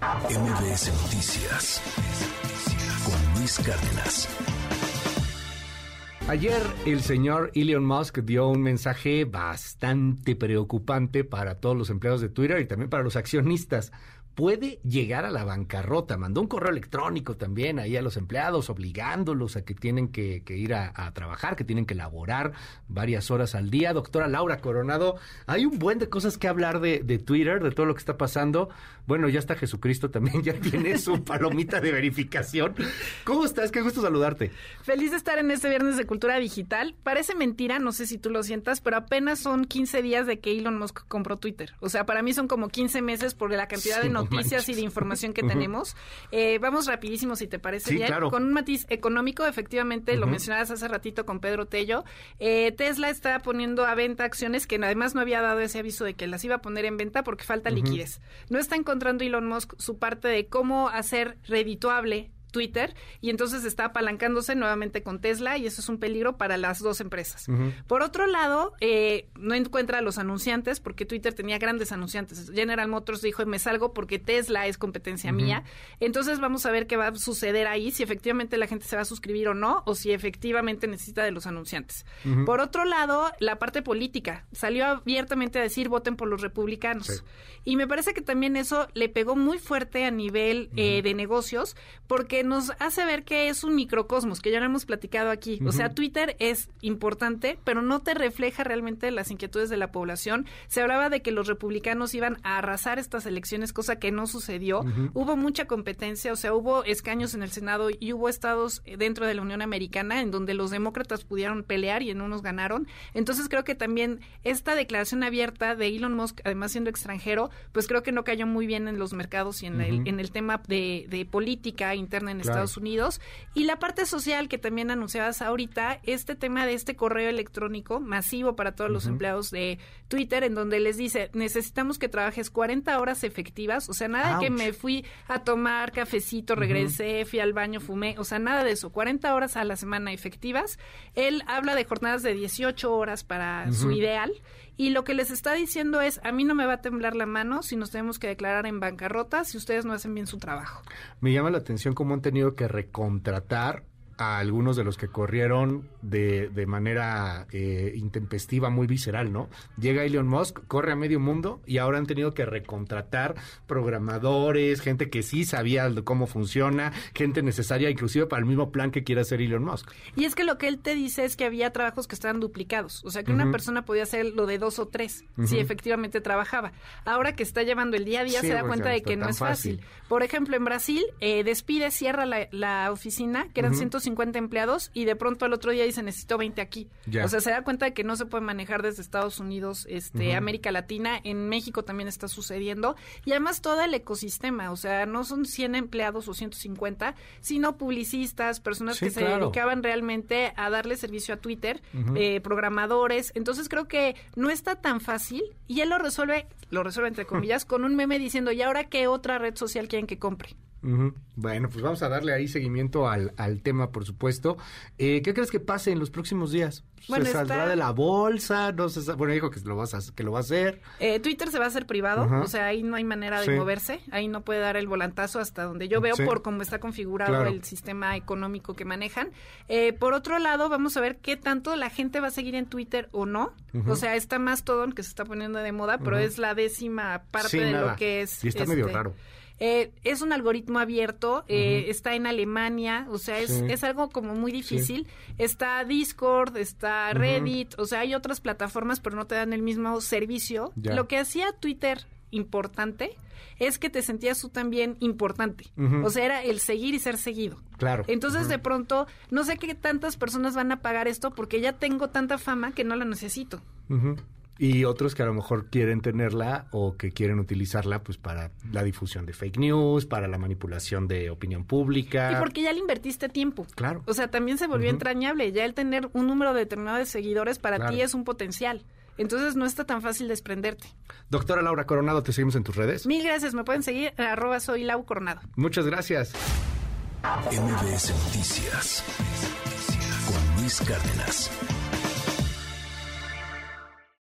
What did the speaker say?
MBS Noticias con Luis Cárdenas. Ayer el señor Elon Musk dio un mensaje bastante preocupante para todos los empleados de Twitter y también para los accionistas. Puede llegar a la bancarrota. Mandó un correo electrónico también ahí a los empleados, obligándolos a que tienen que ir a trabajar, que tienen que laborar varias horas al día. Doctora Laura Coronado, hay un buen de cosas que hablar de Twitter, de todo lo que está pasando. Bueno, ya está Jesucristo también, ya tiene su palomita de verificación. ¿Cómo estás? Qué gusto saludarte. Feliz de estar en este viernes de Cultura Digital. Parece mentira, no sé si tú lo sientas, pero apenas son 15 días de que Elon Musk compró Twitter. O sea, para mí son como 15 meses por la cantidad de noticias y de información que tenemos. Vamos rapidísimo, si te parece bien. Claro. Con un matiz económico, efectivamente, lo mencionabas hace ratito con Pedro Tello. Tesla está poniendo a venta acciones que además no había dado ese aviso de que las iba a poner en venta porque falta liquidez. No está encontrando Elon Musk su parte de cómo hacer redituable Twitter, y entonces está apalancándose nuevamente con Tesla, y eso es un peligro para las dos empresas. Por otro lado, no encuentra a los anunciantes, porque Twitter tenía grandes anunciantes. General Motors dijo, me salgo porque Tesla es competencia mía. Entonces vamos a ver qué va a suceder ahí, si efectivamente la gente se va a suscribir o no, o si efectivamente necesita de los anunciantes. Por otro lado, la parte política. Salió abiertamente a decir, voten por los republicanos. Sí. Y me parece que también eso le pegó muy fuerte a nivel de negocios, porque nos hace ver que es un microcosmos, que ya lo hemos platicado aquí. O sea, Twitter es importante, pero no te refleja realmente las inquietudes de la población. Se hablaba de que los republicanos iban a arrasar estas elecciones, cosa que no sucedió. Hubo mucha competencia, o sea, hubo escaños en el Senado y hubo estados dentro de la Unión Americana en donde los demócratas pudieron pelear y en unos ganaron. Entonces creo que también esta declaración abierta de Elon Musk, además siendo extranjero, pues creo que no cayó muy bien en los mercados y en el tema de política interna en Estados Unidos. Y la parte social que también anunciabas ahorita, este tema de este correo electrónico masivo para todos los empleados de Twitter, en donde les dice, necesitamos que trabajes 40 horas efectivas, o sea, nada de que me fui a tomar cafecito, regresé, fui al baño, fumé, o sea, nada de eso, 40 horas a la semana efectivas. Él habla de jornadas de 18 horas para su ideal, y lo que les está diciendo es, a mí no me va a temblar la mano si nos tenemos que declarar en bancarrota si ustedes no hacen bien su trabajo. Me llama la atención cómo han tenido que recontratar a algunos de los que corrieron de manera intempestiva, muy visceral, ¿no? Llega Elon Musk, corre a medio mundo y ahora han tenido que recontratar programadores, gente que sí sabía cómo funciona, gente necesaria inclusive para el mismo plan que quiere hacer Elon Musk. Y es que lo que él te dice es que había trabajos que estaban duplicados, o sea que una persona podía hacer lo de 2 o 3 si efectivamente trabajaba. Ahora que está llevando el día a día se da cuenta de que no es fácil. Por ejemplo, en Brasil cierra la oficina, que eran 150 empleados, y de pronto al otro día dice, necesito 20 aquí. O sea, se da cuenta de que no se puede manejar desde Estados Unidos, América Latina, en México también está sucediendo, y además todo el ecosistema, o sea, no son 100 empleados o 150, sino publicistas, personas que se dedicaban realmente a darle servicio a Twitter, programadores. Entonces creo que no está tan fácil, y él lo resuelve entre comillas, con un meme diciendo, ¿y ahora qué otra red social quieren que compre? Bueno, pues vamos a darle ahí seguimiento al tema, por supuesto. ¿Qué crees que pase en los próximos días? Bueno, ¿Se saldrá de la bolsa? No se bueno, dijo que lo va a hacer. Twitter se va a hacer privado, o sea, ahí no hay manera de moverse, ahí no puede dar el volantazo hasta donde yo veo por cómo está configurado el sistema económico que manejan. Por otro lado, vamos a ver qué tanto la gente va a seguir en Twitter o no. O sea, está Mastodon, que se está poniendo de moda, pero es la 10ª parte de lo que es. Y está medio raro. Es un algoritmo abierto, está en Alemania, o sea, es algo como muy difícil. Está Discord, está Reddit, o sea, hay otras plataformas, pero no te dan el mismo servicio. Lo que hacía Twitter importante es que te sentías tú también importante. O sea, era el seguir y ser seguido. Claro. Entonces, de pronto, no sé qué tantas personas van a pagar esto porque ya tengo tanta fama que no la necesito. Y otros que a lo mejor quieren tenerla o que quieren utilizarla pues para la difusión de fake news, para la manipulación de opinión pública. Y porque ya le invertiste tiempo. Claro. O sea, también se volvió entrañable. Ya el tener un número determinado de seguidores para ti es un potencial. Entonces no está tan fácil desprenderte. Doctora Laura Coronado, ¿te seguimos en tus redes? Mil gracias. Me pueden seguir en @soyLauCoronado. Muchas gracias. MBS Noticias con Luis Cárdenas.